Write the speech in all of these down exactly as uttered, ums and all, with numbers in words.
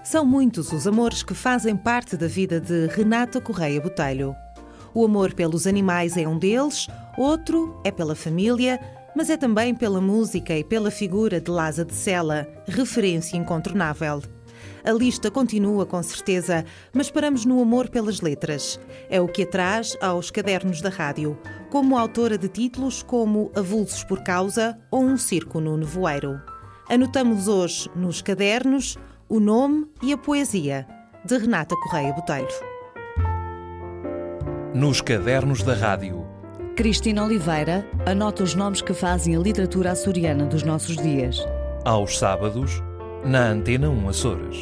São muitos os amores que fazem parte da vida de Renata Correia Botelho. O amor pelos animais é um deles, outro é pela família, mas é também pela música e pela figura de Lasa de Sela, referência incontornável. A lista continua, com certeza, mas paramos no amor pelas letras. É o que a traz aos cadernos da rádio, como autora de títulos como Avulsos por Causa ou Um Circo no Nevoeiro. Anotamos hoje, nos cadernos, o nome e a poesia de Renata Correia Botelho. Nos cadernos da rádio, Cristina Oliveira anota os nomes que fazem a literatura açoriana dos nossos dias. aos sábados, na Antena um Açores.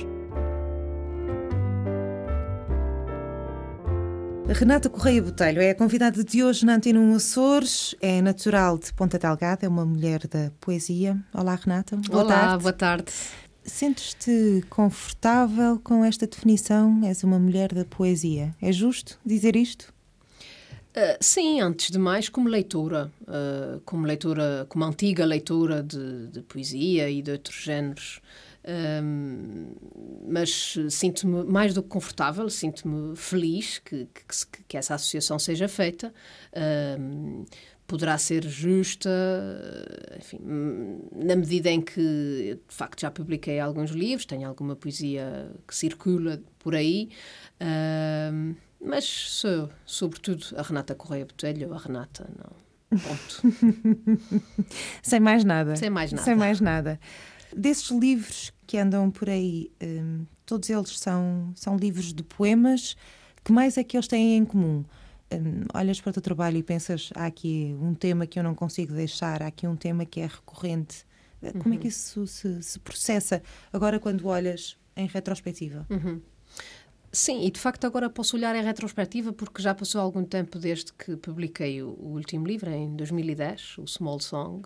Renata Correia Botelho é a convidada de hoje na Antena um Açores, é natural de Ponta Delgada, é uma mulher da poesia. Olá, Renata. Boa Olá, tarde. boa tarde. Sentes-te confortável com esta definição? És uma mulher da poesia. É justo dizer isto? Uh, sim, antes de mais, como leitora, uh, como leitora, como antiga leitora de, de poesia e de outros géneros, um, mas sinto-me mais do que confortável, sinto-me feliz que, que, que essa associação seja feita. Um, poderá ser justa, enfim, na medida em que, de facto, já publiquei alguns livros, tenho alguma poesia que circula por aí, uh, mas sou, sobretudo, a Renata Correia Botelho, a Renata, não, ponto. Sem mais nada. Sem mais nada. Sem mais nada. Desses livros que andam por aí, hum, todos eles são, são livros de poemas. Que mais é que eles têm em comum? Hum, olhas para o teu trabalho e pensas, há aqui um tema que eu não consigo deixar, há aqui um tema que é recorrente. Uhum. Como é que isso se, se processa agora quando olhas em retrospectiva? Uhum. Sim, e de facto agora posso olhar em retrospectiva porque já passou algum tempo desde que publiquei o, o último livro, em dois mil e dez, o Small Song.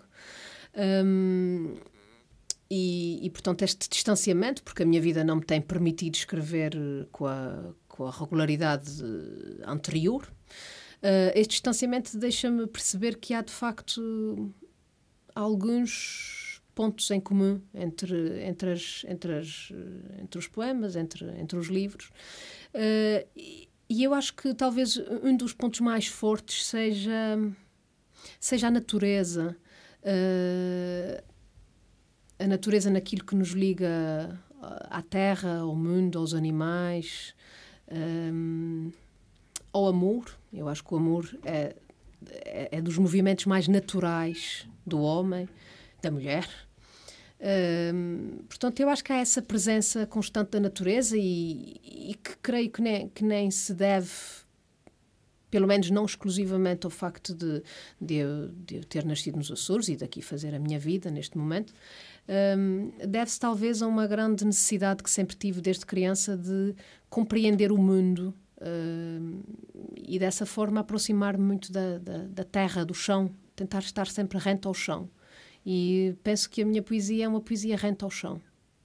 Um, e, e, portanto, este distanciamento, porque a minha vida não me tem permitido escrever com a, com a regularidade anterior, uh, este distanciamento deixa-me perceber que há, de facto, alguns pontos em comum entre, entre, as, entre, as, entre os poemas, entre, entre os livros. Uh, e, e eu acho que talvez um dos pontos mais fortes seja, seja a natureza. Uh, a natureza naquilo que nos liga à terra, ao mundo, aos animais, um, ao amor. Eu acho que o amor é, é, é dos movimentos mais naturais do homem, da mulher. Um, portanto, eu acho que há essa presença constante da natureza e, e que creio que nem, que nem se deve, pelo menos não exclusivamente ao facto de, de, eu, de eu ter nascido nos Açores e daqui fazer a minha vida neste momento, um, deve-se talvez a uma grande necessidade que sempre tive desde criança de compreender o mundo um, e dessa forma aproximar-me muito da, da, da terra, do chão, tentar estar sempre rente ao chão. E penso que a minha poesia é uma poesia rente ao chão.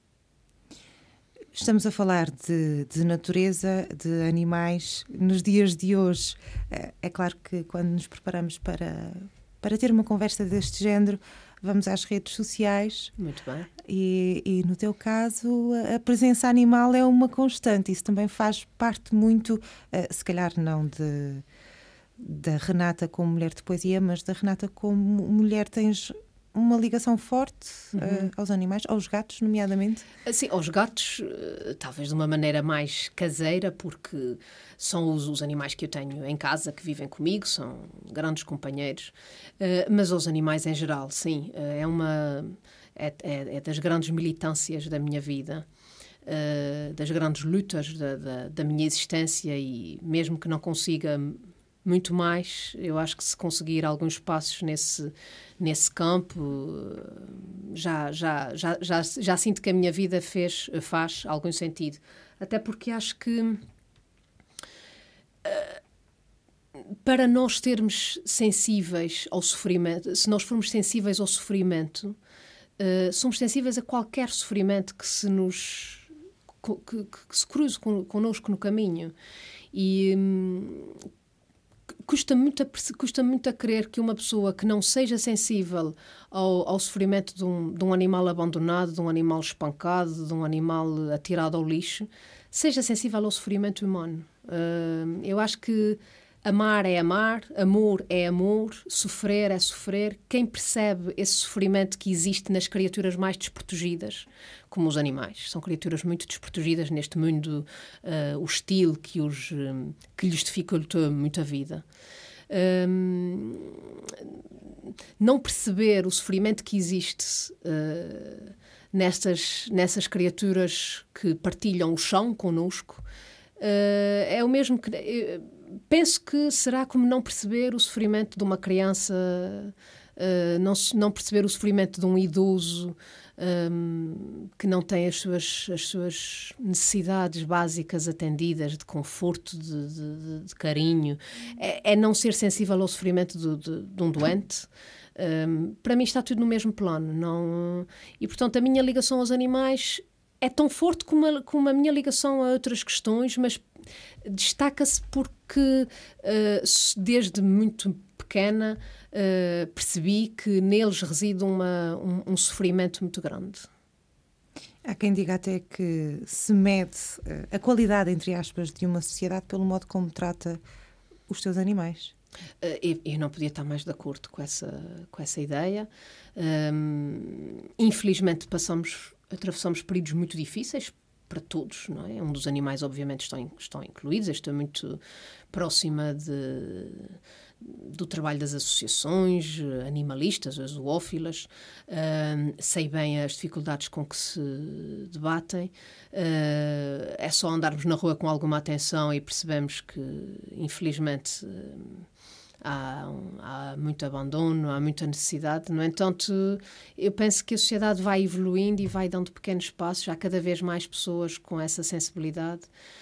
Estamos a falar de, de natureza, de animais. Nos dias de hoje, é claro que quando nos preparamos para, para ter uma conversa deste género, vamos às redes sociais. Muito bem. E, e no teu caso, a presença animal é uma constante. Isso também faz parte muito, se calhar não de, da Renata como mulher de poesia, mas da Renata como mulher. Tens uma ligação forte uhum. uh, aos animais, aos gatos, nomeadamente? Sim, aos gatos, uh, talvez de uma maneira mais caseira, porque são os, os animais que eu tenho em casa, que vivem comigo, são grandes companheiros, uh, mas aos animais em geral, sim, uh, é uma é, é, é das grandes militâncias da minha vida, uh, das grandes lutas da, da, da minha existência, e mesmo que não consiga muito mais, eu acho que se conseguir alguns passos nesse, nesse campo, já, já, já, já, já sinto que a minha vida fez, faz algum sentido. Até porque acho que uh, para nós termos sensíveis ao sofrimento, se nós formos sensíveis ao sofrimento, uh, somos sensíveis a qualquer sofrimento que se nos que, que, que se cruze con, connosco no caminho. E um, custa muito a, custa muito a crer que uma pessoa que não seja sensível ao, ao sofrimento de um, de um animal abandonado, de um animal espancado, de um animal atirado ao lixo, seja sensível ao sofrimento humano. Uh, eu acho que amar é amar, amor é amor, sofrer é sofrer. Quem percebe esse sofrimento que existe nas criaturas mais desprotegidas, como os animais, são criaturas muito desprotegidas neste mundo uh, hostil que, os, um, que lhes dificultou muito a vida. Um, não perceber o sofrimento que existe uh, nessas, nessas criaturas que partilham o chão connosco uh, é o mesmo que... Uh, penso que será como não perceber o sofrimento de uma criança, uh, não, não perceber o sofrimento de um idoso um, que não tem as suas, as suas necessidades básicas atendidas, de conforto, de, de, de carinho. É, é não ser sensível ao sofrimento de, de, de um doente. Um, para mim está tudo no mesmo plano. Não... E, portanto, a minha ligação aos animais é tão forte como a, como a minha ligação a outras questões, mas destaca-se porque uh, desde muito pequena uh, percebi que neles reside uma, um, um sofrimento muito grande. Há quem diga até que se mede uh, a qualidade, entre aspas, de uma sociedade pelo modo como trata os seus animais. Uh, eu, eu não podia estar mais de acordo com essa, com essa ideia. Um, infelizmente passamos, atravessamos períodos muito difíceis para todos, não é? Um dos animais, obviamente, estão, estão incluídos. Eu estou muito próxima de, do trabalho das associações animalistas, as zoófilas. Uh, sei bem as dificuldades com que se debatem. Uh, é só andarmos na rua com alguma atenção e percebemos que, infelizmente, uh, Há, há muito abandono, há muita necessidade. No entanto, eu penso que a sociedade vai evoluindo e vai dando pequenos passos. Há cada vez mais pessoas com essa sensibilidade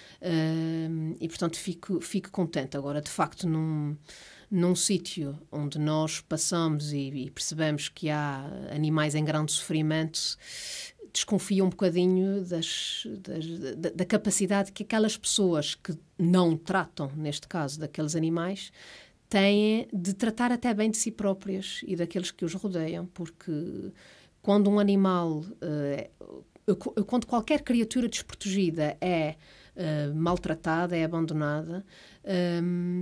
uh, e, portanto, fico, fico contente. Agora, de facto, num, num sítio onde nós passamos e, e percebemos que há animais em grande sofrimento, desconfio um bocadinho das, das, da, da capacidade que aquelas pessoas que não tratam, neste caso, daqueles animais, têm de tratar até bem de si próprias e daqueles que os rodeiam, porque quando um animal, uh, quando qualquer criatura desprotegida é uh, maltratada, é abandonada, um,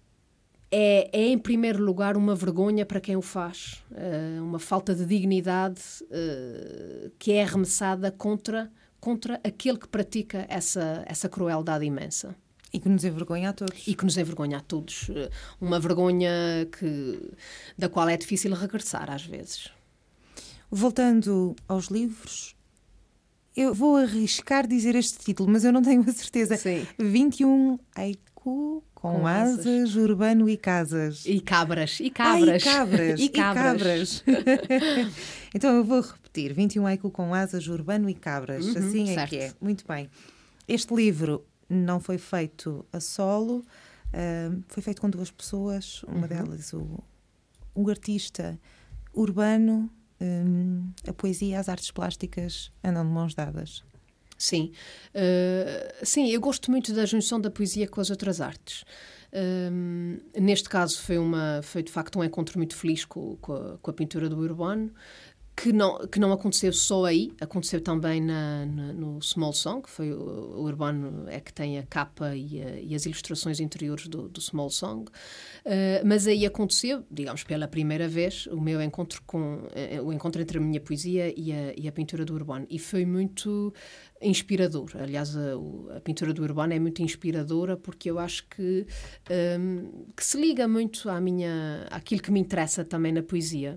é, é em primeiro lugar uma vergonha para quem o faz, uh, uma falta de dignidade uh, que é arremessada contra, contra aquele que pratica essa, essa crueldade imensa. E que nos envergonha a todos. E que nos envergonha a todos. Uma vergonha que, da qual é difícil regressar, às vezes. Voltando aos livros, eu vou arriscar dizer este título, mas eu não tenho a certeza. Sim. vinte e um haiku com, com asas, asas, Urbano e Casas. E cabras. E cabras. Ah, e cabras. e cabras. E cabras. Então eu vou repetir. vinte e um haiku com asas, Urbano e Cabras. Uhum, assim é certo. que é. Muito bem. Este livro não foi feito a solo, uh, foi feito com duas pessoas, uma uhum. delas o, o artista urbano, um, a poesia, as artes plásticas andam de mãos dadas. Sim, uh, sim, eu gosto muito da junção da poesia com as outras artes. Um, neste caso foi, uma, foi de facto um encontro muito feliz com, com, a, com a pintura do urbano, que não, que não aconteceu só aí, aconteceu também na, na, no Small Song, que foi o, o Urbano é que tem a capa e, a, e as ilustrações interiores do, do Small Song, uh, mas aí aconteceu, digamos, pela primeira vez, o meu encontro com, uh, o encontro entre a minha poesia e a, e a pintura do Urbano, e foi muito inspirador. Aliás, a, a pintura do Urbano é muito inspiradora porque eu acho que, um, que se liga muito à minha, àquilo que me interessa também na poesia.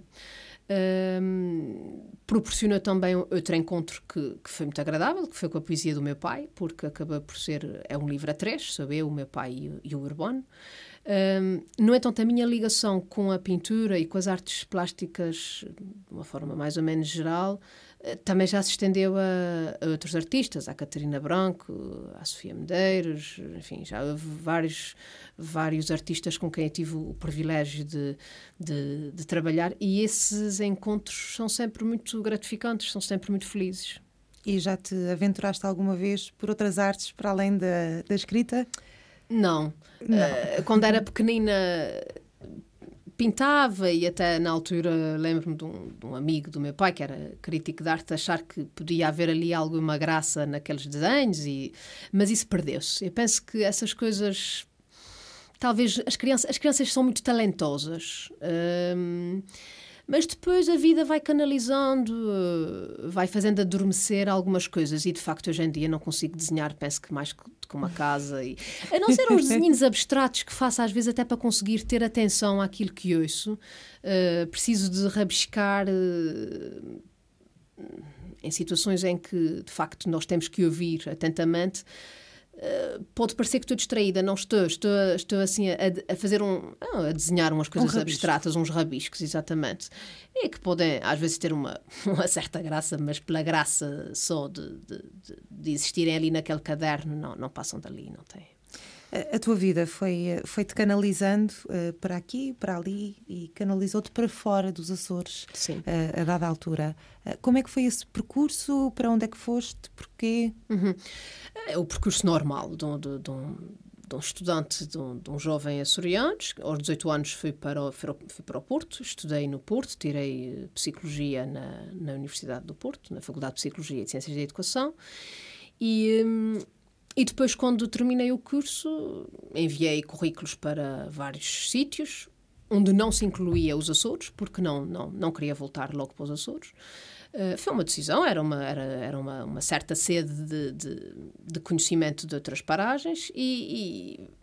Um, proporciona também outro encontro que, que foi muito agradável, que foi com a poesia do meu pai, porque acaba por ser, é um livro a três, sou eu, o meu pai e, e o Urbano. Um, no entanto, a minha ligação com a pintura e com as artes plásticas, de uma forma mais ou menos geral, também já se estendeu a, a outros artistas, à Catarina Branco, à Sofia Medeiros, enfim, já houve vários, vários artistas com quem eu tive o privilégio de, de, de trabalhar, e esses encontros são sempre muito gratificantes, são sempre muito felizes. E já te aventuraste alguma vez por outras artes para além da, da escrita? Não. Não. Uh, quando era pequenina pintava e até na altura lembro-me de um, de um amigo do meu pai que era crítico de arte, achar que podia haver ali alguma graça naqueles desenhos, e, mas isso perdeu-se. Eu penso que essas coisas, talvez as crianças, as crianças são muito talentosas, um, mas depois a vida vai canalizando, vai fazendo adormecer algumas coisas, e de facto hoje em dia não consigo desenhar, penso que mais que com uma casa, e a não ser uns desenhos abstratos que faço às vezes até para conseguir ter atenção àquilo que ouço. Uh, preciso de rabiscar uh, em situações em que de facto nós temos que ouvir atentamente. Uh, pode parecer que estou distraída, não estou, estou, estou assim a, a fazer um, a desenhar umas coisas um abstratas, uns rabiscos, exatamente, e que podem às vezes ter uma, uma certa graça, mas pela graça só de, de, de, de existirem ali naquele caderno, não, não passam dali, não têm. A, a tua vida foi, foi-te canalizando uh, para aqui, para ali, e canalizou-te para fora dos Açores. Sim. Uh, a dada altura. Uh, como é que foi esse percurso? Para onde é que foste? Porquê? Uhum. É o percurso normal de um, de, de um, de um estudante, de um, de um jovem açoriano. Aos dezoito anos fui para, o, fui para o Porto, estudei no Porto, tirei Psicologia na, na Universidade do Porto, na Faculdade de Psicologia e de Ciências da Educação, e... Hum, E depois, quando terminei o curso, enviei currículos para vários sítios, onde não se incluía os Açores, porque não, não, não queria voltar logo para os Açores. Uh, foi uma decisão, era uma, era, era uma, uma certa sede de, de, de conhecimento de outras paragens, e, e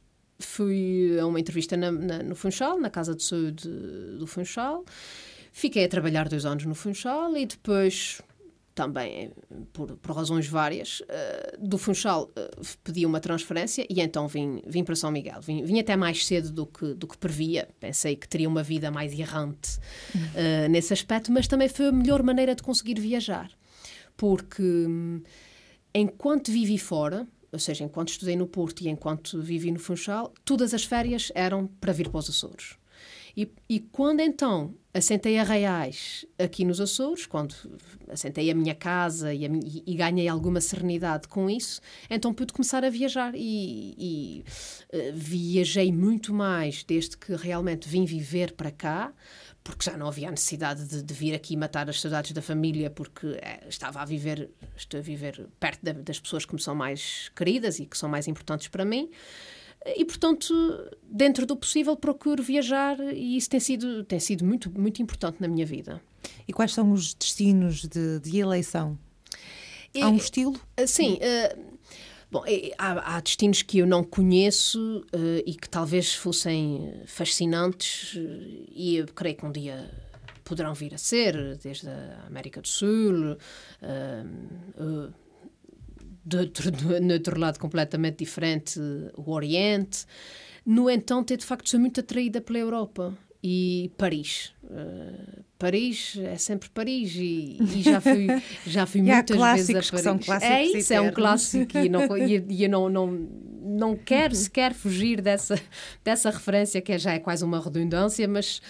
fui a uma entrevista na, na, no Funchal, na Casa de Saúde do Funchal. Fiquei a trabalhar dois anos no Funchal e depois... também por, por razões várias, uh, do Funchal uh, pedi uma transferência e então vim, vim para São Miguel. Vim, vim até mais cedo do que, do que previa. Pensei que teria uma vida mais errante uh, nesse aspecto, mas também foi a melhor maneira de conseguir viajar. Porque um, enquanto vivi fora, ou seja, enquanto estudei no Porto e enquanto vivi no Funchal, todas as férias eram para vir para os Açores. E, e quando então assentei a reais aqui nos Açores, quando assentei a minha casa e, a, e, e ganhei alguma serenidade com isso, então pude começar a viajar e, e uh, viajei muito mais desde que realmente vim viver para cá, porque já não havia a necessidade de, de vir aqui matar as saudades da família, porque é, estava a viver, estou a viver perto da, das pessoas que me são mais queridas e que são mais importantes para mim. E, portanto, dentro do possível, procuro viajar, e isso tem sido, tem sido muito, muito importante na minha vida. E quais são os destinos de, de eleição? Há um estilo? Sim. Uh, bom, há, há destinos que eu não conheço uh, e que talvez fossem fascinantes, uh, e eu creio que um dia poderão vir a ser, desde a América do Sul, uh, uh, de outro, de outro lado completamente diferente, o Oriente. No entanto, eu de facto sou muito atraída pela Europa e Paris. Uh, Paris é sempre Paris, e, e já fui, já fui muitas vezes a Paris. Que são clássicos, é isso, é um clássico, e, não, e, e eu não, não, não quero sequer fugir dessa, dessa referência, que já é quase uma redundância, mas...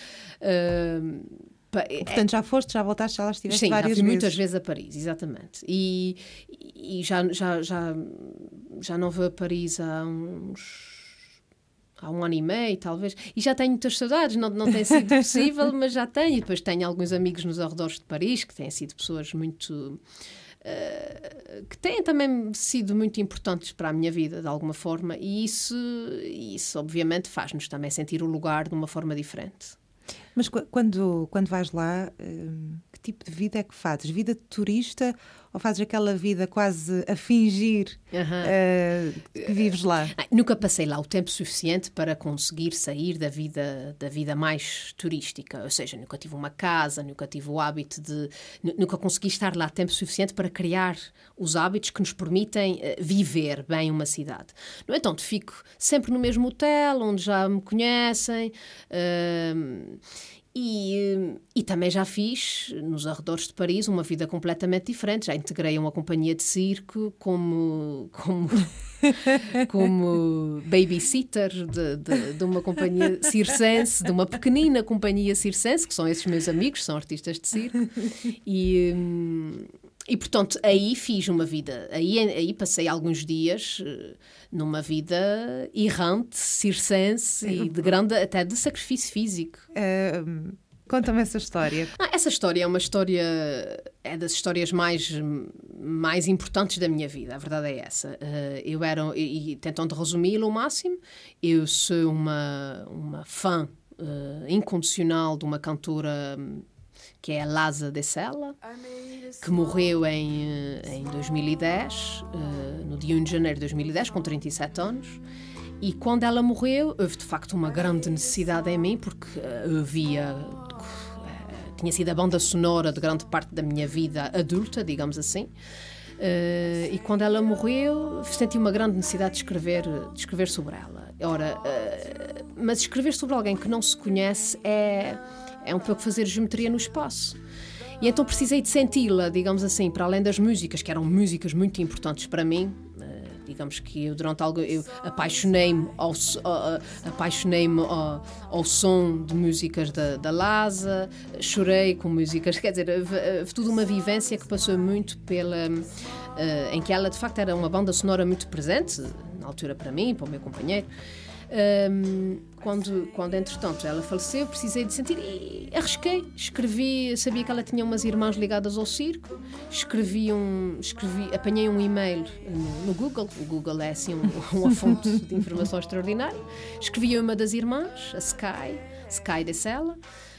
Uh, Portanto, já foste, já voltaste, já lá estiveste Sim, várias vezes. Sim, já fui muitas vezes a Paris, exatamente. E, e já, já, já, já não vou a Paris há uns... há um ano e meio, talvez. E já tenho muitas saudades, não, não tem sido possível, mas já tenho. E depois tenho alguns amigos nos arredores de Paris, que têm sido pessoas muito... Uh, que têm também sido muito importantes para a minha vida, de alguma forma. E isso, isso obviamente, faz-nos também sentir o lugar de uma forma diferente. Mas quando, quando vais lá, que tipo de vida é que fazes? Vida de turista, ou fazes aquela vida quase a fingir uh-huh. uh, que vives lá? Ah, nunca passei lá o tempo suficiente para conseguir sair da vida, da vida mais turística. Ou seja, nunca tive uma casa, nunca tive o hábito de... Nunca consegui estar lá tempo suficiente para criar os hábitos que nos permitem uh, viver bem uma cidade. No entanto, fico sempre no mesmo hotel, onde já me conhecem... Uh, E, e também já fiz, nos arredores de Paris, uma vida completamente diferente. Já integrei uma companhia de circo como, como, como babysitter de, de, de uma companhia circense, de uma pequenina companhia circense, que são esses meus amigos, são artistas de circo. E, e, portanto, aí fiz uma vida, aí, aí passei alguns dias uh, numa vida errante, circense e de grande, até de sacrifício físico. Uh, conta-me essa história. Ah, essa história é uma história, é das histórias mais, mais importantes da minha vida, a verdade é essa. Uh, eu era, e, e tentando resumi-lo ao máximo, eu sou uma, uma fã uh, incondicional de uma cantora que é a Lasa de Sela, que morreu em, em dois mil e dez, uh, no dia um de janeiro de dois mil e dez, com trinta e sete anos. E quando ela morreu, houve de facto uma grande necessidade em mim, porque uh, havia... Uh, tinha sido a banda sonora de grande parte da minha vida adulta, digamos assim. Uh, e quando ela morreu, senti uma grande necessidade de escrever, de escrever sobre ela. Ora, uh, mas escrever sobre alguém que não se conhece é... é um pouco fazer geometria no espaço. E então precisei de senti-la, digamos assim, para além das músicas, que eram músicas muito importantes para mim. Uh, digamos que eu, durante algo, eu apaixonei-me ao, uh, apaixonei-me ao, ao som de músicas da, da Lasa, chorei com músicas, quer dizer, houve toda uma vivência que passou muito pela... Uh, em que ela, de facto, era uma banda sonora muito presente, na altura para mim, para o meu companheiro. Um, quando, quando, entretanto, ela faleceu, precisei de sentir e arrisquei. Escrevi, sabia que ela tinha umas irmãs ligadas ao circo. Escrevi um, escrevi, apanhei um e-mail no, no Google. O Google é assim um, uma fonte de informação extraordinária. Escrevi a uma das irmãs, a Sky, Sky de Sela.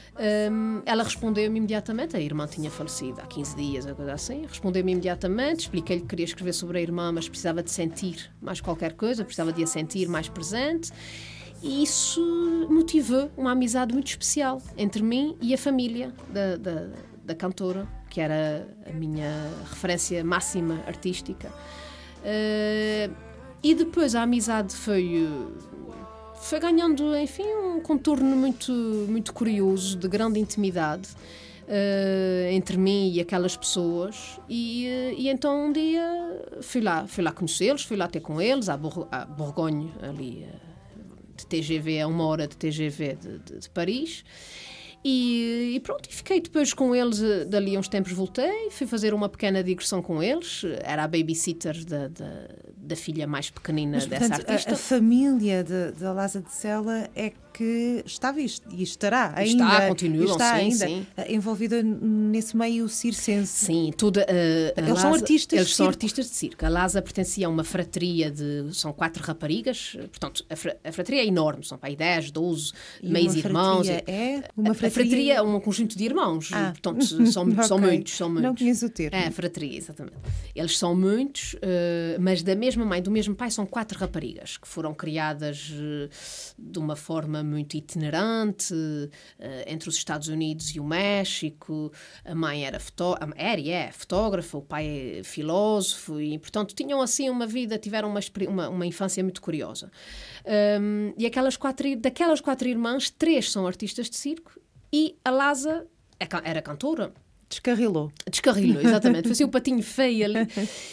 Um, ela respondeu-me imediatamente. A irmã tinha falecido há quinze dias, uma coisa assim. Respondeu-me imediatamente, expliquei-lhe que queria escrever sobre a irmã, mas precisava de sentir mais qualquer coisa, precisava de a sentir mais presente. E isso motivou uma amizade muito especial entre mim e a família da, da, da cantora, que era a minha referência máxima artística. Uh, e depois a amizade foi... Foi ganhando, enfim, um contorno muito, muito curioso, de grande intimidade uh, entre mim e aquelas pessoas. E, uh, e então um dia fui lá, fui lá conhecê-los, fui lá ter com eles, à, Bour- à Bourgogne, ali uh, de T G V, a uma hora de T G V de, de, de Paris. E, e pronto, e fiquei depois com eles, dali a uns tempos voltei, fui fazer uma pequena digressão com eles, era a babysitter da, da, da filha mais pequenina. Mas, dessa portanto, artista. A, a família da Lasa de Sela é que estava e estará ainda, está, continua, está sim, ainda sim. envolvida nesse meio circense. Sim, toda, uh, eles Lasa, são artistas eles de são circo. artistas de circo. A Lasa pertencia a uma fratria de... São quatro raparigas, portanto, a, fra, a fratria é enorme, são para aí dez, doze meios irmãos. É uma fratria... A fratria é um conjunto de irmãos, ah. portanto, são, okay. são muitos, são muitos. Não conheço o termo. É, a fratria, exatamente. Eles são muitos, uh, mas da mesma mãe, do mesmo pai, são quatro raparigas que foram criadas uh, de uma forma muito itinerante uh, entre os Estados Unidos e o México. A mãe era, fotó era e é fotógrafa, o pai é filósofo e, portanto, tinham assim uma vida, tiveram uma, uma, uma infância muito curiosa. Um, e aquelas quatro, daquelas quatro irmãs, três são artistas de circo e a Lasa era cantora. Descarrilou. Descarrilou, exatamente. Foi assim o patinho feio ali.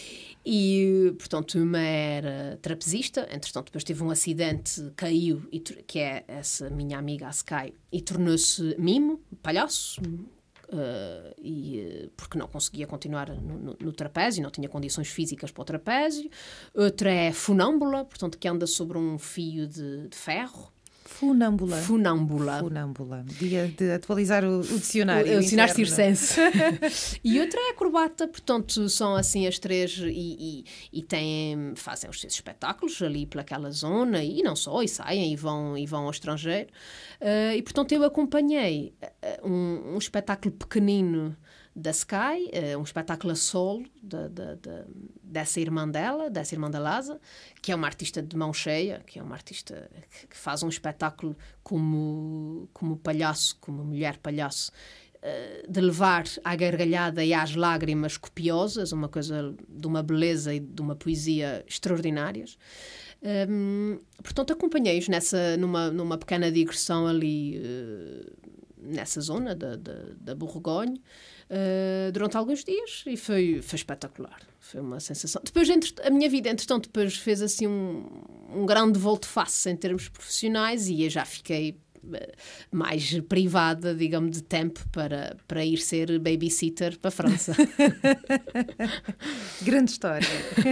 E, portanto, uma era trapezista, entretanto, depois teve um acidente, caiu, e, que é essa minha amiga, a Sky, e tornou-se mimo, palhaço, uh, e, porque não conseguia continuar no, no, no trapézio, não tinha condições físicas para o trapézio. Outra é funâmbula, portanto, que anda sobre um fio de, de ferro. Funâmbula. Funâmbula. Funâmbula. Dia de atualizar o, o dicionário. O, o dicionário circense. E outra é acrobata, portanto, são assim as três e, e, e têm, fazem os seus espetáculos ali pelaquela zona e não só, e saem e vão, e vão ao estrangeiro. Uh, e, portanto, eu acompanhei um, um espetáculo pequenino da Sky, um espetáculo a solo de, de, de, dessa irmã dela, dessa irmã da Lasa, que é uma artista de mão cheia, que é uma artista que faz um espetáculo como, como palhaço, como mulher palhaço, de levar à gargalhada e às lágrimas copiosas, uma coisa de uma beleza e de uma poesia extraordinárias. Um, portanto, acompanhei-os nessa, numa, numa pequena digressão ali, uh, nessa zona da, da, da Bourgogne, uh, durante alguns dias, e foi, foi espetacular. Foi uma sensação. Depois, entre, a minha vida, entretanto, depois fez assim um, um grande volte-face em termos profissionais, e eu já fiquei mais privada, digamos, de tempo para, para ir ser babysitter para a França. Grande história.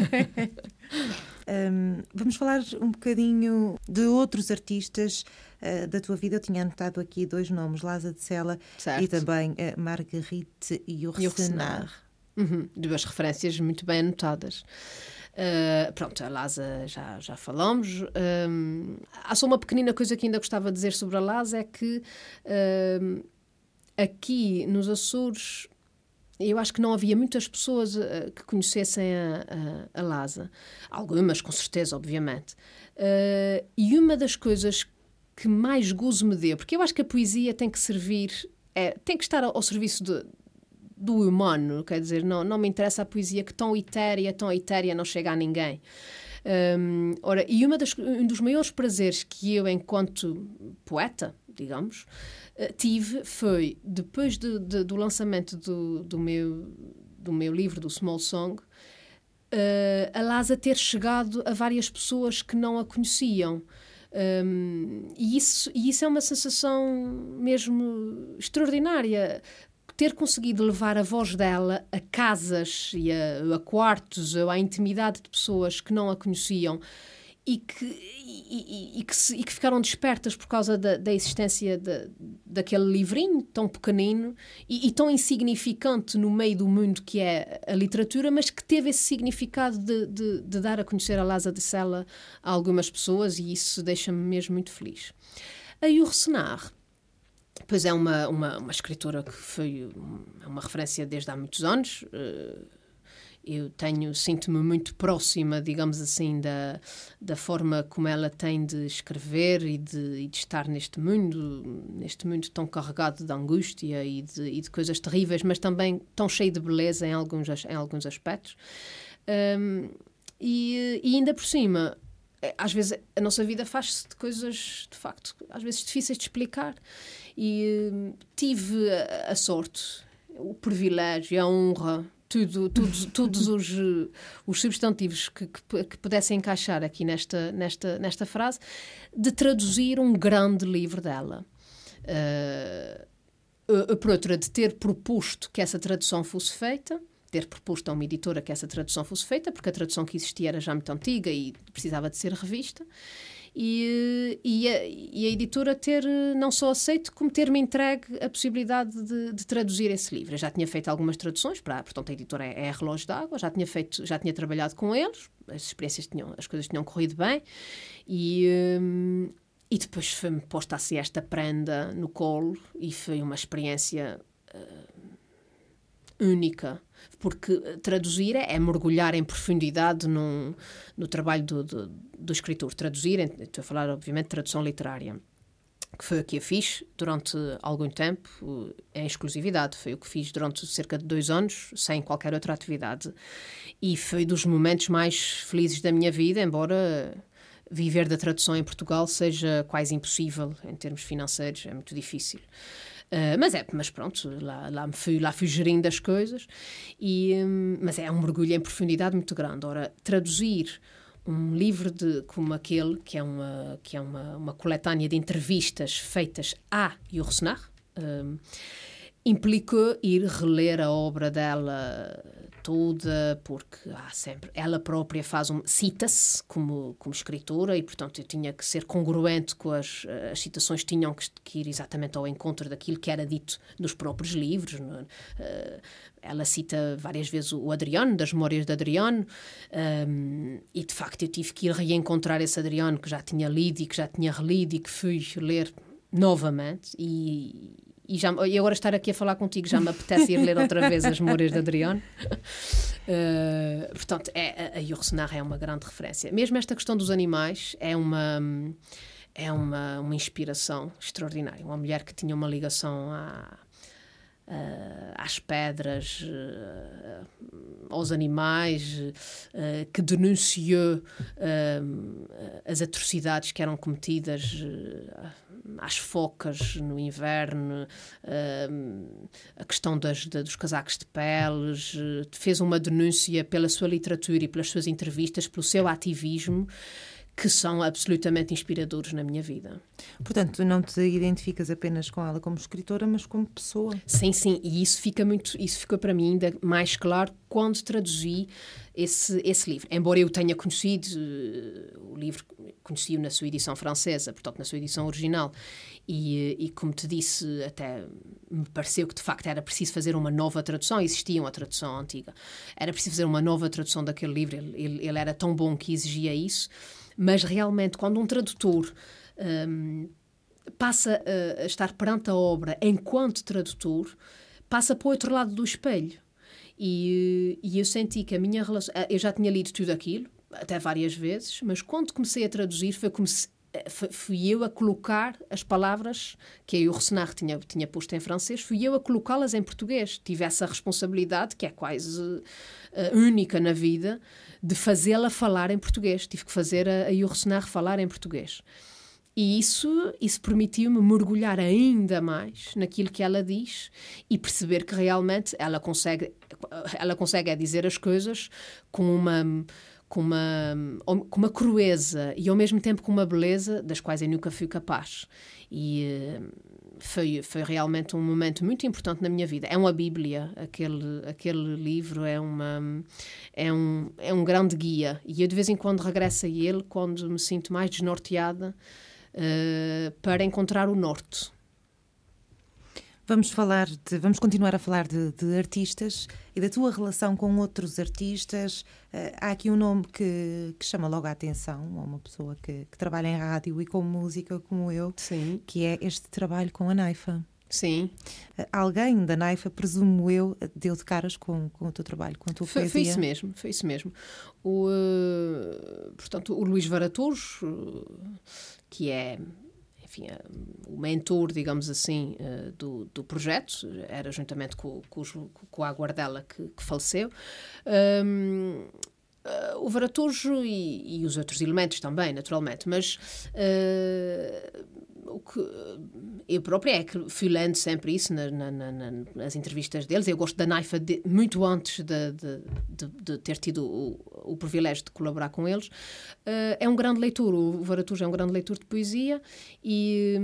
um, vamos falar um bocadinho de outros artistas uh, da tua vida. Eu tinha anotado aqui dois nomes, Lasa de Sela Certo. e também uh, Marguerite Yourcenar. Uhum, duas referências muito bem anotadas. Uh, pronto, a Lasa já, já falamos. Um, há só uma pequenina coisa que ainda gostava de dizer sobre a Lasa, é que um, aqui nos Açores eu acho que não havia muitas pessoas uh, que conhecessem a, a, a Lasa. Algumas, com certeza, obviamente. Uh, e uma das coisas que mais gozo me deu, porque eu acho que a poesia tem que servir, é, tem que estar ao, ao serviço de do humano, quer dizer, não, não me interessa a poesia que tão etérea, tão etérea não chega a ninguém. Um, ora, e uma das, um dos maiores prazeres que eu, enquanto poeta, digamos, uh, tive foi, depois de, de, do lançamento do, do, meu, do meu livro, do Small Song, uh, a Lasa ter chegado a várias pessoas que não a conheciam. Um, e, isso, e isso é uma sensação mesmo extraordinária. Ter conseguido levar a voz dela a casas e a, a quartos ou à intimidade de pessoas que não a conheciam e que, e, e, e que, se, e que ficaram despertas por causa da, da existência de, daquele livrinho tão pequenino e, e tão insignificante no meio do mundo que é a literatura, mas que teve esse significado de, de, de dar a conhecer a Lasa de Sela a algumas pessoas, e isso deixa-me mesmo muito feliz. A Yourcenar, pois é uma, uma, uma escritora que foi uma referência desde há muitos anos. Eu tenho, sinto-me muito próxima, digamos assim, da, da forma como ela tem de escrever e de, e de estar neste mundo, neste mundo tão carregado de angústia e de, e de coisas terríveis, mas também tão cheio de beleza em alguns, em alguns aspectos. Um, e, e ainda por cima, às vezes a nossa vida faz-se de coisas, de facto, às vezes difíceis de explicar. E uh, tive a, a sorte, o privilégio, a honra, tudo, tudo, todos os, os substantivos que, que, que pudessem encaixar aqui nesta, nesta, nesta frase, de traduzir um grande livro dela. Uh, por outra, de ter proposto que essa tradução fosse feita, ter proposto a uma editora que essa tradução fosse feita, porque a tradução que existia era já muito antiga e precisava de ser revista. E, e, a, e a editora ter não só aceito, como ter-me entregue a possibilidade de, de traduzir esse livro. Eu já tinha feito algumas traduções, para, portanto a editora é, é a Relógio d'Água, já tinha, feito, já tinha trabalhado com eles, as experiências tinham, as coisas tinham corrido bem, e, um, e depois foi-me posta assim esta prenda no colo, e foi uma experiência uh, única. Porque traduzir é, é mergulhar em profundidade num, no trabalho do, do, do escritor. Traduzir, estou a falar obviamente de tradução literária, que foi o que eu fiz durante algum tempo, em exclusividade. Foi o que fiz durante cerca de dois anos, sem qualquer outra atividade. E foi dos momentos mais felizes da minha vida, embora viver da tradução em Portugal seja quase impossível em termos financeiros, é muito difícil. Uh, mas é, mas pronto, lá, lá, fui, lá fui gerindo as coisas, e, um, mas é um mergulho em profundidade muito grande. Ora, traduzir um livro de, como aquele, que é uma, que é uma, uma coletânea de entrevistas feitas à Yourcenar, um, implicou ir reler a obra dela toda, porque há sempre, ela própria faz um, cita-se como, como escritora, e portanto eu tinha que ser congruente com as, as citações, tinham que, que ir exatamente ao encontro daquilo que era dito nos próprios livros. Não é? Uh, ela cita várias vezes o Adriano, das Memórias de Adriano, um, e de facto eu tive que ir reencontrar esse Adriano que já tinha lido e que já tinha relido e que fui ler novamente, e E, já, e agora estar aqui a falar contigo já me apetece ir ler outra vez as Memórias de Adriano. Uh, portanto, é, a Yourcenar é uma grande referência. Mesmo esta questão dos animais é uma, é uma, uma inspiração extraordinária. Uma mulher que tinha uma ligação à, uh, às pedras, uh, aos animais, uh, que denunciou uh, as atrocidades que eram cometidas uh, às focas no inverno, uh, a questão das, de, dos casacos de peles, uh, fez uma denúncia pela sua literatura e pelas suas entrevistas, pelo seu ativismo, que são absolutamente inspiradores na minha vida. Portanto, tu não te identificas apenas com ela como escritora, mas como pessoa. Sim, sim, e isso fica muito, isso ficou para mim ainda mais claro quando traduzi esse, esse livro. Embora eu tenha conhecido uh, o livro, conheci-o na sua edição francesa, portanto na sua edição original, e, e como te disse, até me pareceu que de facto era preciso fazer uma nova tradução, existia uma tradução antiga, era preciso fazer uma nova tradução daquele livro, ele, ele, ele era tão bom que exigia isso, mas realmente quando um tradutor um, passa a, a estar perante a obra enquanto tradutor, passa para o outro lado do espelho. E, e eu senti que a minha relação... Eu já tinha lido tudo aquilo, até várias vezes, mas quando comecei a traduzir foi como se fui eu a colocar as palavras que a Yourcenar tinha, tinha posto em francês, fui eu a colocá-las em português. Tive essa responsabilidade, que é quase uh, única na vida, de fazê-la falar em português. Tive que fazer a, a Yourcenar falar em português. E isso, isso permitiu-me mergulhar ainda mais naquilo que ela diz e perceber que realmente ela consegue, ela consegue dizer as coisas com uma... Com uma, com uma crueza e ao mesmo tempo com uma beleza das quais eu nunca fui capaz. E foi, foi realmente um momento muito importante na minha vida. É uma bíblia, aquele, aquele livro é, uma, é, um, é um grande guia. E eu de vez em quando regresso a ele quando me sinto mais desnorteada uh, para encontrar o norte. Vamos falar de, vamos continuar a falar de, de artistas e da tua relação com outros artistas. Uh, há aqui um nome que, que chama logo a atenção, uma pessoa que, que trabalha em rádio e com música como eu, Sim. Que é este trabalho com a Naifa. Sim. Uh, alguém da Naifa, presumo eu, deu de caras com, com o teu trabalho, com a tua foi, poesia? Foi isso mesmo, foi isso mesmo. O, uh, portanto, o Luís Varatours, uh, que é... Enfim, o mentor, digamos assim, do, do projeto, era juntamente com, com, com a Guardela que, que faleceu. Um, uh, o Varatojo e, e os outros elementos também, naturalmente, mas uh, o que eu própria é que fui lendo sempre isso na, na, na, nas entrevistas deles. Eu gosto da Naifa de, muito antes de, de, de, de ter tido o, o privilégio de colaborar com eles. Uh, é um grande leitor, o Varatojo é um grande leitor de poesia e,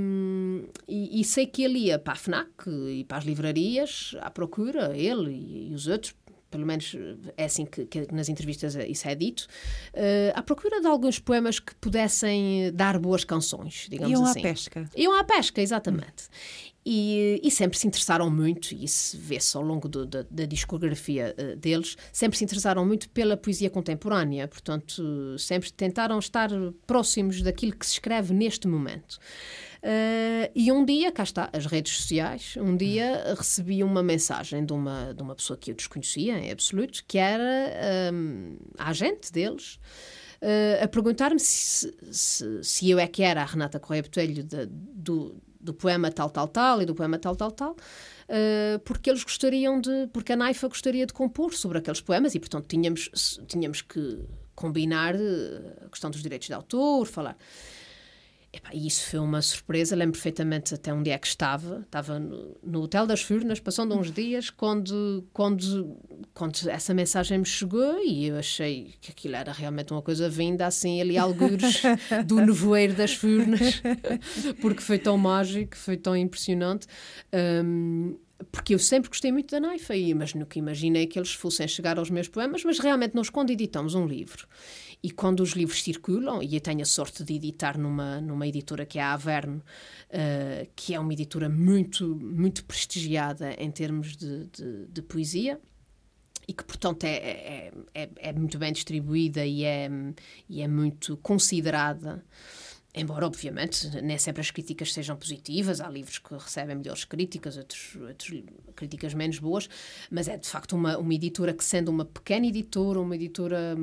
e, e sei que ele ia para a FNAC e para as livrarias à procura, ele e, e os outros, pelo menos é assim que, que nas entrevistas isso é dito, uh, à procura de alguns poemas que pudessem dar boas canções, digamos Iam assim. Iam à pesca. Iam à pesca, exatamente. Hum. E, e sempre se interessaram muito, e isso vê-se ao longo do, da, da discografia uh, deles, sempre se interessaram muito pela poesia contemporânea, portanto, sempre tentaram estar próximos daquilo que se escreve neste momento. Uh, e um dia, cá está, as redes sociais, um dia recebi uma mensagem de uma, de uma pessoa que eu desconhecia, em absoluto, que era um, a agente deles, uh, a perguntar-me se, se, se eu é que era a Renata Correia Botelho de, do, do poema tal, tal, tal e do poema tal, tal, tal, uh, porque eles gostariam de, porque a Naifa gostaria de compor sobre aqueles poemas e, portanto, tínhamos, tínhamos que combinar a questão dos direitos de autor, falar... Epá, e isso foi uma surpresa, lembro perfeitamente até onde é que estava. Estava no, no Hotel das Furnas, passando uns dias, quando, quando, quando essa mensagem me chegou e eu achei que aquilo era realmente uma coisa vinda assim ali algures do nevoeiro das Furnas, porque foi tão mágico, foi tão impressionante. Um, porque eu sempre gostei muito da Naifa, mas nunca imaginei que eles fossem chegar aos meus poemas, mas realmente nós quando editamos um livro e quando os livros circulam, e eu tenho a sorte de editar numa, numa editora que é a Averno, uh, que é uma editora muito, muito prestigiada em termos de, de, de poesia, e que, portanto, é, é, é, é muito bem distribuída e é, e é muito considerada. Embora, obviamente, nem sempre as críticas sejam positivas, há livros que recebem melhores críticas, outros, outros críticas menos boas, mas é de facto uma, uma editora que, sendo uma pequena editora, uma editora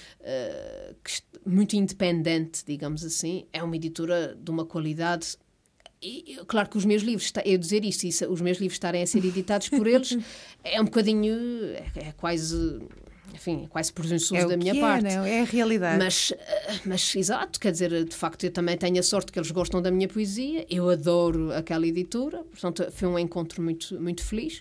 uh, que, muito independente, digamos assim, é uma editora de uma qualidade. E, claro que os meus livros, eu dizer isto, isso, os meus livros estarem a ser editados por eles, é um bocadinho, é, é quase... Enfim, é quase presunçoso é da minha é, parte. Não, é a realidade. Mas, mas, exato, quer dizer, de facto, eu também tenho a sorte que eles gostam da minha poesia, eu adoro aquela editora, portanto, foi um encontro muito, muito feliz.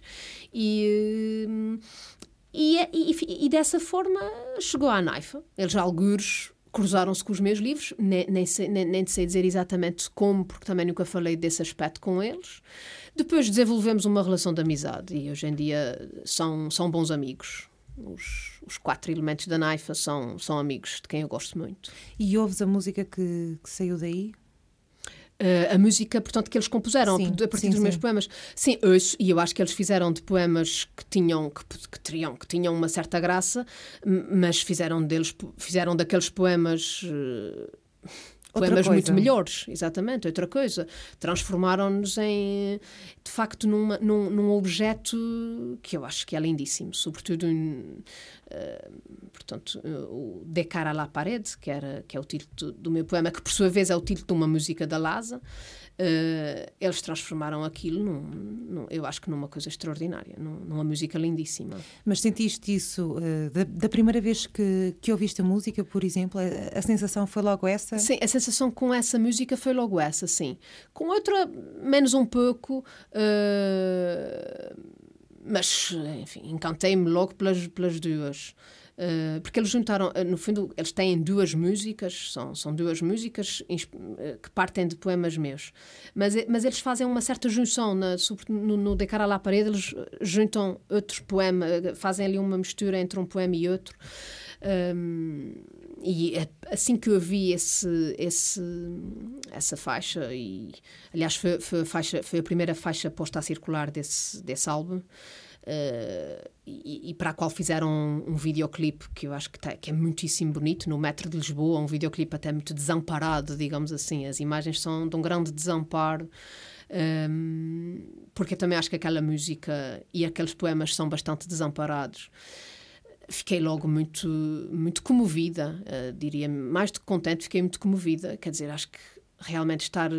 E, e, e, e dessa forma chegou à Naifa. Eles, algures, cruzaram-se com os meus livros, nem, nem, sei, nem, nem sei dizer exatamente como, porque também nunca falei desse aspecto com eles. Depois desenvolvemos uma relação de amizade e hoje em dia são, são bons amigos. Os, os quatro elementos da Naifa são, são amigos de quem eu gosto muito. E ouves a música que, que saiu daí? Uh, a música, portanto, que eles compuseram sim, a partir sim, dos sim. meus poemas. Sim, ouço, e eu acho que eles fizeram de poemas que tinham, que, que, teriam, que tinham uma certa graça, mas fizeram deles, fizeram daqueles poemas... Uh, poemas muito melhores, exatamente, outra coisa. Transformaram-nos em, de facto, numa, num, num objeto que eu acho que é lindíssimo, sobretudo, em, uh, portanto, uh, o De Cara à la Parede, que, era, que é o título do, do meu poema, que por sua vez é o título de uma música da Lasa. Uh, eles transformaram aquilo, num, num, eu acho que numa coisa extraordinária, num, numa música lindíssima. Mas sentiste isso uh, da, da primeira vez que, que ouviste a música, por exemplo? A, a sensação foi logo essa? Sim, a sensação com essa música foi logo essa, sim. Com outra, menos um pouco, uh, mas, enfim, encantei-me logo pelas, pelas duas. Uh, porque eles juntaram, uh, no fundo, eles têm duas músicas, são, são duas músicas uh, que partem de poemas meus, mas, mas eles fazem uma certa junção, na, sobretudo no, no De Cara à la Parede, eles juntam outros poemas, fazem ali uma mistura entre um poema e outro. Um, e assim que eu vi esse, esse, essa faixa, e aliás foi, foi, a faixa, foi a primeira faixa posta a circular desse, desse álbum, Uh, e, e para a qual fizeram um, um videoclipe que eu acho que, tá, que é muitíssimo bonito, no Metro de Lisboa, um videoclipe até muito desamparado, digamos assim. As imagens são de um grande desamparo, um, porque eu também acho que aquela música e aqueles poemas são bastante desamparados. Fiquei logo muito, muito comovida, uh, diria, mais do que contente, fiquei muito comovida. Quer dizer, acho que realmente estar,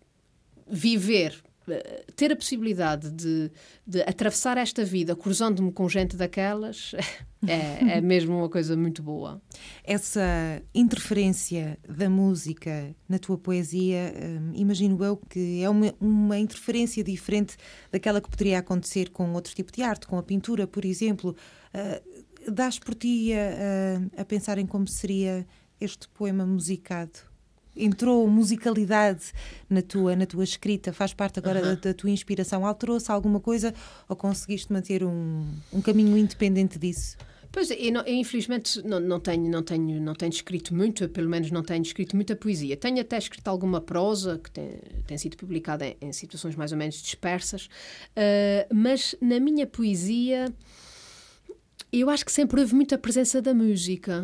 viver, ter a possibilidade de, de atravessar esta vida cruzando-me com gente daquelas é, é mesmo uma coisa muito boa. Essa interferência da música na tua poesia, hum, imagino eu que é uma, uma interferência diferente daquela que poderia acontecer com outro tipo de arte, com a pintura, por exemplo. Uh, dás por ti a, a, a pensar em como seria este poema musicado? Entrou musicalidade na tua, na tua escrita? Faz parte agora uh-huh. da, da tua inspiração? Alterou-se alguma coisa ou conseguiste manter um, um caminho independente disso? Pois, eu, não, eu infelizmente não, não, tenho, não, tenho, não tenho escrito muito, pelo menos não tenho escrito muita poesia. Tenho até escrito alguma prosa que tem, tem sido publicada em, em situações mais ou menos dispersas, uh, mas na minha poesia eu acho que sempre houve muita presença da música.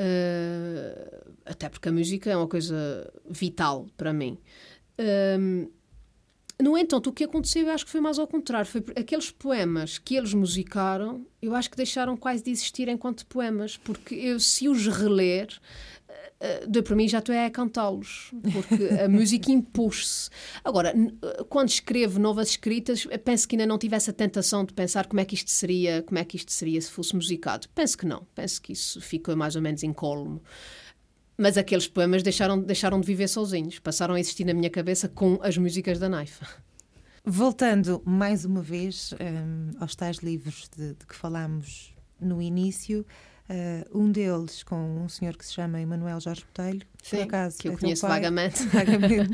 Uh, até porque a música é uma coisa vital para mim. Um, no entanto, o que aconteceu eu acho que foi mais ao contrário. Foi aqueles poemas que eles musicaram, eu acho que deixaram quase de existir enquanto poemas, porque eu, se os reler, uh, de para mim já estou a cantá-los, porque a música impôs-se. Agora, quando escrevo novas escritas, penso que ainda não tivesse a tentação de pensar como é que isto seria, como é que isto seria se fosse musicado. Penso que não. Penso que isso ficou mais ou menos incólume. Mas aqueles poemas deixaram, deixaram de viver sozinhos, passaram a existir na minha cabeça com as músicas da Naifa. Voltando mais uma vez um, aos tais livros de, de que falámos no início, uh, um deles com um senhor que se chama Emanuel Jorge Botelho, Sim, por acaso, que eu é conheço pai, vagamente. vagamente.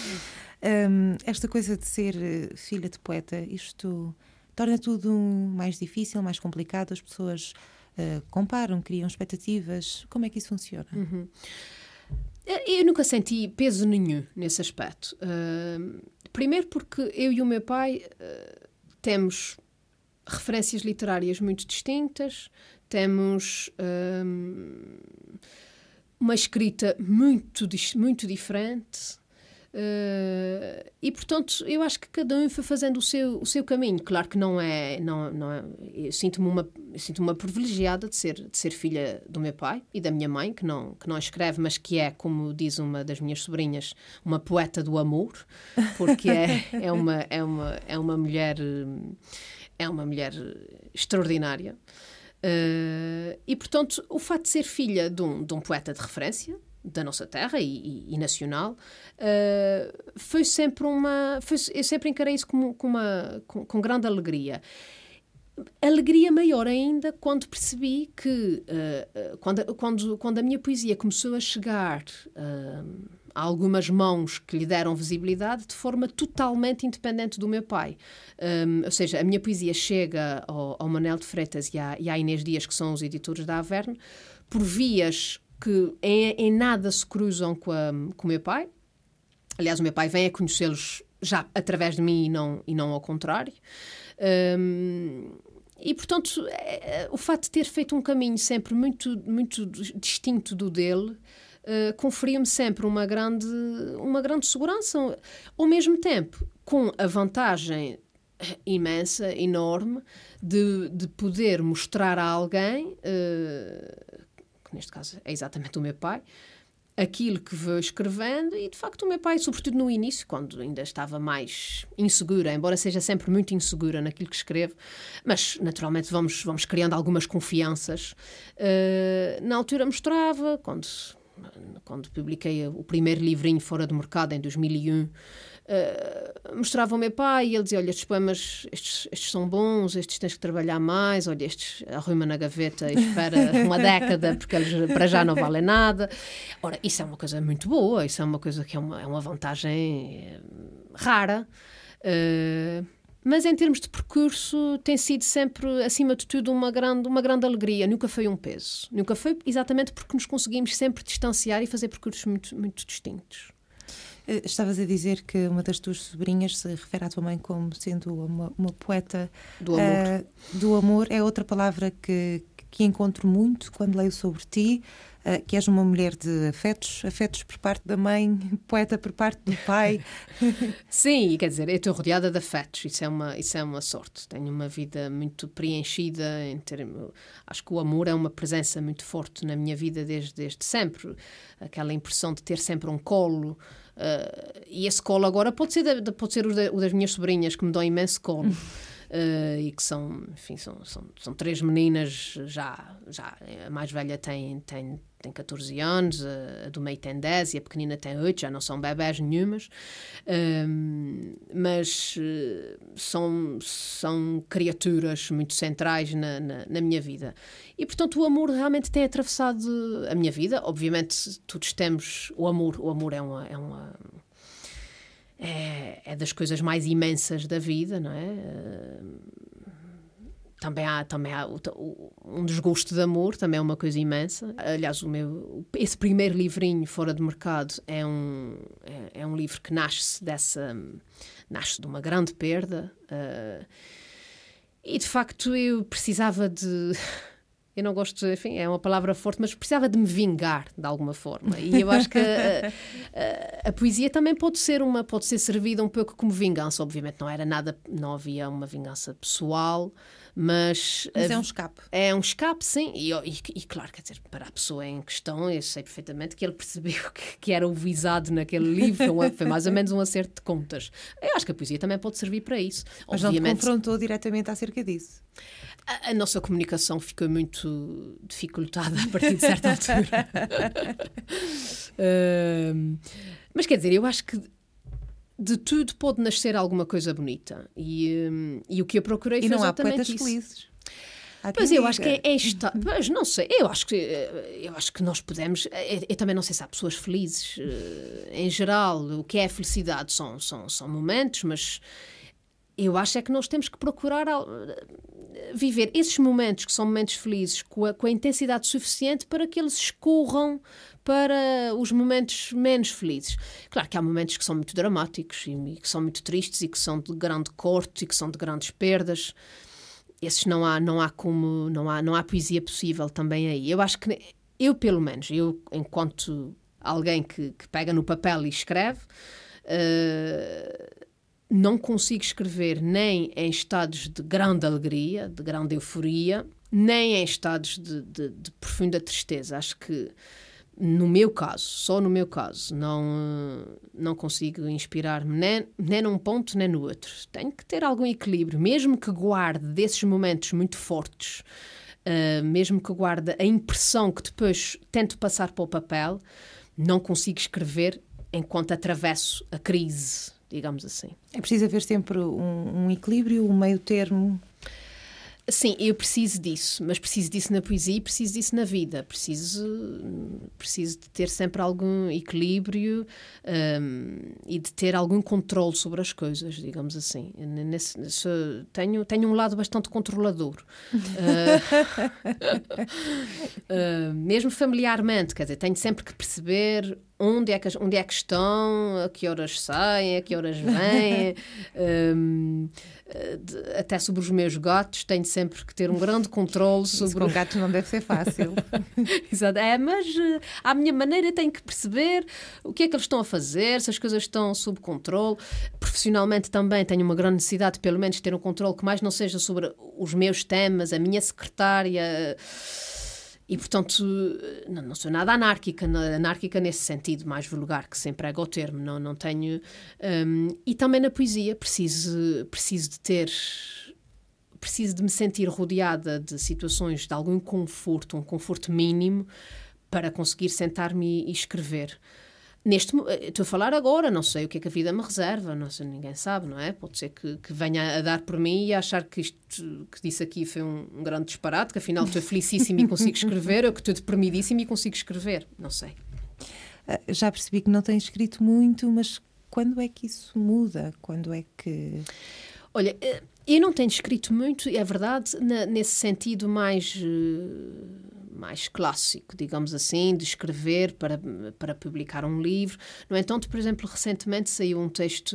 um, esta coisa de ser filha de poeta, isto torna tudo mais difícil, mais complicado, as pessoas... Uh, comparam, criam expectativas. Como é que isso funciona? Uhum. Eu nunca senti peso nenhum nesse aspecto. Uh, primeiro porque eu e o meu pai uh, temos referências literárias muito distintas, temos uh, uma escrita muito, muito diferente. Uh, e portanto eu acho que cada um foi fazendo o seu, o seu caminho. Claro que não é, não, não é eu sinto-me uma, eu sinto-me uma privilegiada de ser, de ser filha do meu pai e da minha mãe, que não, que não escreve, mas que é, como diz uma das minhas sobrinhas, uma poeta do amor, porque é, é, uma, é, uma, é uma mulher é uma mulher extraordinária. Uh, e portanto o facto de ser filha de um, de um poeta de referência da nossa terra e, e, e nacional, uh, foi sempre uma... Foi, eu sempre encarei isso com, com, uma, com, com grande alegria. Alegria maior ainda quando percebi que, uh, quando, quando, quando a minha poesia começou a chegar uh, a algumas mãos que lhe deram visibilidade de forma totalmente independente do meu pai. Um, ou seja, a minha poesia chega ao, ao Manel de Freitas e à, e à Inês Dias, que são os editores da Averne, por vias que em, em nada se cruzam com, a, com o meu pai. Aliás, o meu pai vem a conhecê-los já através de mim e não, e não ao contrário. Um, e, portanto, é, o facto de ter feito um caminho sempre muito, muito distinto do dele uh, conferia-me sempre uma grande, uma grande segurança. Ao mesmo tempo, com a vantagem imensa, enorme, de, de poder mostrar a alguém, uh, que neste caso é exatamente o meu pai, aquilo que vou escrevendo. E, de facto, o meu pai, sobretudo no início, quando ainda estava mais insegura, embora seja sempre muito insegura naquilo que escrevo, mas, naturalmente, vamos, vamos criando algumas confianças. Uh, na altura mostrava, quando, quando publiquei o primeiro livrinho fora do mercado, em dois mil e um, Uh, mostrava ao meu pai e ele dizia: olha, estes poemas, estes, estes são bons, estes tens que trabalhar mais, olha, estes arruma na gaveta e espera uma década porque eles para já não valem nada. Ora, isso é uma coisa muito boa, isso é uma coisa que é uma, é uma vantagem rara, uh, mas em termos de percurso tem sido sempre, acima de tudo, uma grande, uma grande alegria. Nunca foi um peso, nunca foi, exatamente porque nos conseguimos sempre distanciar e fazer percursos muito, muito distintos. Estavas a dizer que uma das tuas sobrinhas se refere à tua mãe como sendo uma, uma poeta do amor. Uh, do amor. É outra palavra que, que encontro muito quando leio sobre ti, uh, que és uma mulher de afetos, afetos por parte da mãe, poeta por parte do pai. Sim, quer dizer, eu estou rodeada de afetos, isso é uma, isso é uma sorte. Tenho uma vida muito preenchida, em termos, acho que o amor é uma presença muito forte na minha vida desde, desde sempre. Aquela impressão de ter sempre um colo. Uh, e esse colo agora pode ser, de, pode ser o, de, o das minhas sobrinhas, que me dão imenso colo. Uh, e que são, enfim, são, são, são três meninas já, já. A mais velha tem, tem, tem catorze anos, a do meio tem dez e a pequenina tem oito, já não são bebés nenhumas. Uh, mas uh, são, são criaturas muito centrais na, na, na minha vida. E, portanto, o amor realmente tem atravessado a minha vida. Obviamente, todos temos o amor. O amor é uma... É uma É, é das coisas mais imensas da vida, não é? Uh, também há, também há o, o, um desgosto de amor, também é uma coisa imensa. Aliás, o meu, esse primeiro livrinho fora de mercado é um, é, é um livro que nasce dessa, nasce de uma grande perda. Uh, e, de facto, eu precisava de... Eu não gosto, enfim, é uma palavra forte, mas precisava de me vingar de alguma forma. E eu acho que a, a, a poesia também pode ser uma, pode ser servida um pouco como vingança. Obviamente não era nada, não havia uma vingança pessoal, mas... Mas é um escape. É um escape, sim. E, e, e claro, quer dizer, para a pessoa em questão, eu sei perfeitamente que ele percebeu que, que era o visado naquele livro, foi, foi mais ou menos um acerto de contas. Eu acho que a poesia também pode servir para isso. Mas obviamente... não te confrontou diretamente acerca disso? A, a nossa comunicação ficou muito dificultada a partir de certa altura. uh, mas quer dizer, eu acho que de tudo pode nascer alguma coisa bonita. E, um, e o que eu procurei foi exatamente isso. E não há poetas felizes. Pois eu acho que é, é esta... Mas não sei, eu acho que, eu acho que nós podemos... Eu, eu também não sei se há pessoas felizes. Uh, em geral, o que é a felicidade são, são, são momentos, mas... Eu acho é que nós temos que procurar viver esses momentos que são momentos felizes com a, com a intensidade suficiente para que eles escorram para os momentos menos felizes. Claro que há momentos que são muito dramáticos e, e que são muito tristes e que são de grande corte e que são de grandes perdas. Esses não há, não há como, não há, não há poesia possível também aí. Eu acho que, eu pelo menos, eu enquanto alguém que, que pega no papel e escreve... Uh, não consigo escrever nem em estados de grande alegria, de grande euforia, nem em estados de, de, de profunda tristeza. Acho que, no meu caso, só no meu caso, não, não consigo inspirar-me nem, nem num ponto nem no outro. Tenho que ter algum equilíbrio, mesmo que guarde desses momentos muito fortes, uh, mesmo que guarde a impressão que depois tento passar para o papel, não consigo escrever enquanto atravesso a crise, digamos assim. É preciso haver sempre um, um equilíbrio, um meio termo? Sim, eu preciso disso, mas preciso disso na poesia e preciso disso na vida. Preciso, preciso de ter sempre algum equilíbrio um, e de ter algum controle sobre as coisas, digamos assim. Nesse, nesse, tenho, tenho um lado bastante controlador. uh, uh, mesmo familiarmente, quer dizer, tenho sempre que perceber onde é que, onde é que estão, a que horas saem, a que horas vêm. um, de, até sobre os meus gatos, tenho sempre que ter um grande controle sobre... Isso com gatos não deve ser fácil. Exato, é, mas uh, à minha maneira tenho que perceber o que é que eles estão a fazer, se as coisas estão sob controle. Profissionalmente também tenho uma grande necessidade de pelo menos ter um controle que mais não seja sobre os meus temas, a minha secretária... E, portanto, não, não sou nada anárquica, anárquica nesse sentido mais vulgar, que se emprega o termo, não, não tenho... Um, e também na poesia preciso, preciso de ter... Preciso de me sentir rodeada de situações de algum conforto, um conforto mínimo, para conseguir sentar-me e escrever. Neste, estou a falar agora, não sei o que é que a vida me reserva, não sei, ninguém sabe, não é? Pode ser que, que venha a dar por mim e achar que isto que disse aqui foi um, um grande disparate, que afinal estou felicíssima e consigo escrever, ou que estou deprimidíssima e consigo escrever, não sei. Já percebi que não tens escrito muito, mas quando é que isso muda? Quando é que... Olha, eu não tenho escrito muito, é verdade, na, nesse sentido mais... mais clássico, digamos assim, de escrever para, para publicar um livro. No entanto, por exemplo, recentemente saiu um texto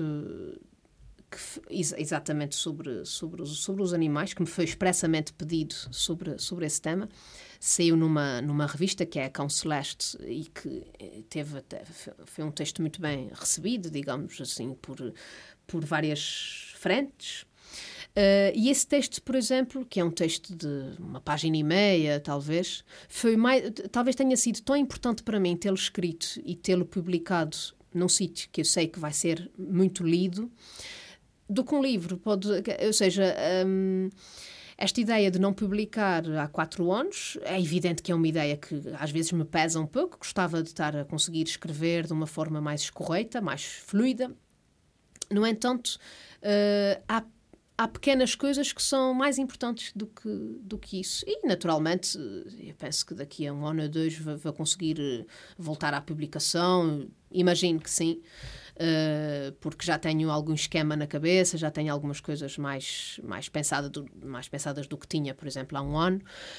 que, exatamente sobre, sobre, os, sobre os animais, que me foi expressamente pedido sobre, sobre esse tema. Saiu numa, numa revista que é a Cão Celeste e que teve, foi um texto muito bem recebido, digamos assim, por, por várias frentes. Uh, e esse texto, por exemplo, que é um texto de uma página e meia, talvez, foi mais, talvez tenha sido tão importante para mim tê-lo escrito e tê-lo publicado num sítio que eu sei que vai ser muito lido, do que um livro. Pode, ou seja, um, esta ideia de não publicar há quatro anos, é evidente que é uma ideia que às vezes me pesa um pouco, gostava de estar a conseguir escrever de uma forma mais escorreita, mais fluida. No entanto, uh, há Há pequenas coisas que são mais importantes do que, do que isso. E, naturalmente, eu penso que daqui a um ano ou dois vou conseguir voltar à publicação. Imagino que sim, porque já tenho algum esquema na cabeça, já tenho algumas coisas mais, mais, pensada do, mais pensadas do que tinha, por exemplo, há um ano.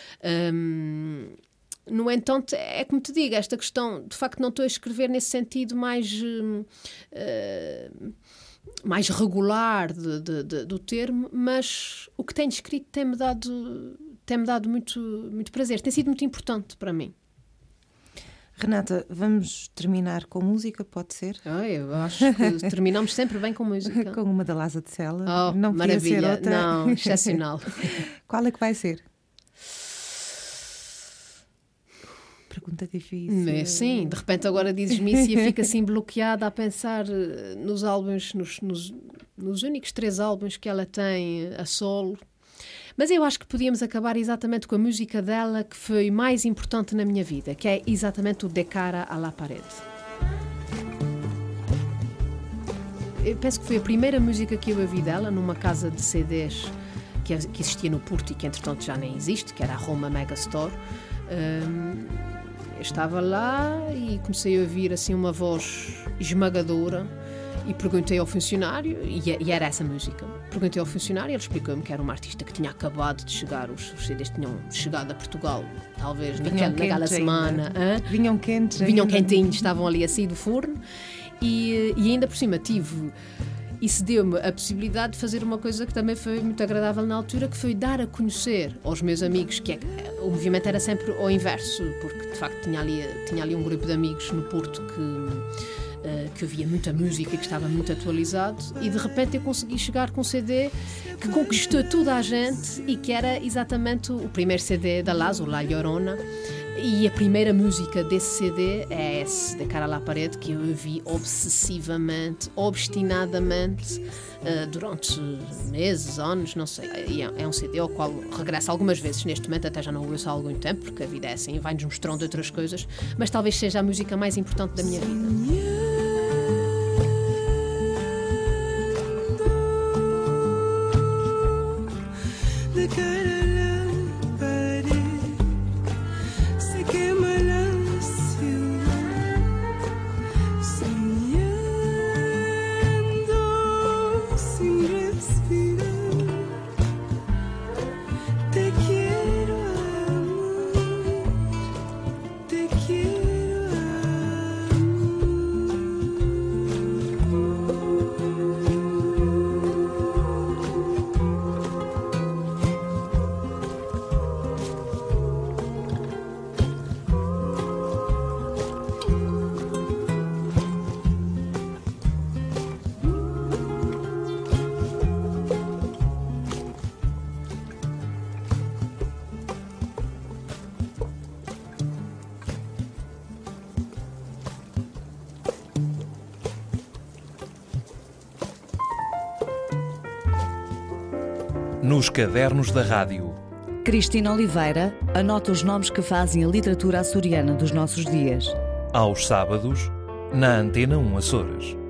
Um, No entanto, é como te digo, esta questão, de facto, não estou a escrever nesse sentido mais... Uh, mais regular de, de, de, do termo, mas o que tenho escrito tem-me dado, tem-me dado muito, muito prazer, tem sido muito importante para mim. Renata, vamos terminar com música, pode ser? Oh, eu acho que terminamos sempre bem com música. Com uma da Lasa de Sela. Oh, não maravilha, ser outra. Não, excepcional. Qual é que vai ser? Pergunta difícil. É, sim, de repente agora dizes-me isso e eu fico assim bloqueada a pensar nos álbuns, nos, nos, nos únicos três álbuns que ela tem a solo. Mas eu acho que podíamos acabar exatamente com a música dela que foi mais importante na minha vida, que é exatamente o De Cara a la Pared. Eu penso que foi a primeira música que eu ouvi dela numa casa de C Ds que, que existia no Porto e que entretanto já nem existe, que era a Roma Megastore. Um, eu estava lá e comecei a ouvir assim uma voz esmagadora e perguntei ao funcionário, e, e era essa música, perguntei ao funcionário e ele explicou-me que era uma artista que tinha acabado de chegar, os, os C Ds tinham chegado a Portugal talvez naquela, naquela semana. Vinham quentes Vinham quentinhos, estavam ali a sair do forno e, e ainda por cima tive... Isso deu-me a possibilidade de fazer uma coisa que também foi muito agradável na altura, que foi dar a conhecer aos meus amigos, que é, o movimento era sempre ao inverso, porque de facto tinha ali, tinha ali um grupo de amigos no Porto que, uh, que ouvia muita música e que estava muito atualizado, e de repente eu consegui chegar com um C D que conquistou toda a gente e que era exatamente o primeiro C D da Lazo, La Llorona. E a primeira música desse C D é esse, De Cara à Parede, que eu ouvi obsessivamente, obstinadamente, uh, durante meses, anos, não sei. E é, é um C D ao qual regresso algumas vezes. Neste momento até já não o ouço há algum tempo, porque a vida é assim, vai-nos mostrando outras coisas, mas talvez seja a música mais importante da minha vida. De cara Nos cadernos da rádio. Cristina Oliveira anota os nomes que fazem a literatura açoriana dos nossos dias. Aos sábados, na Antena um Açores.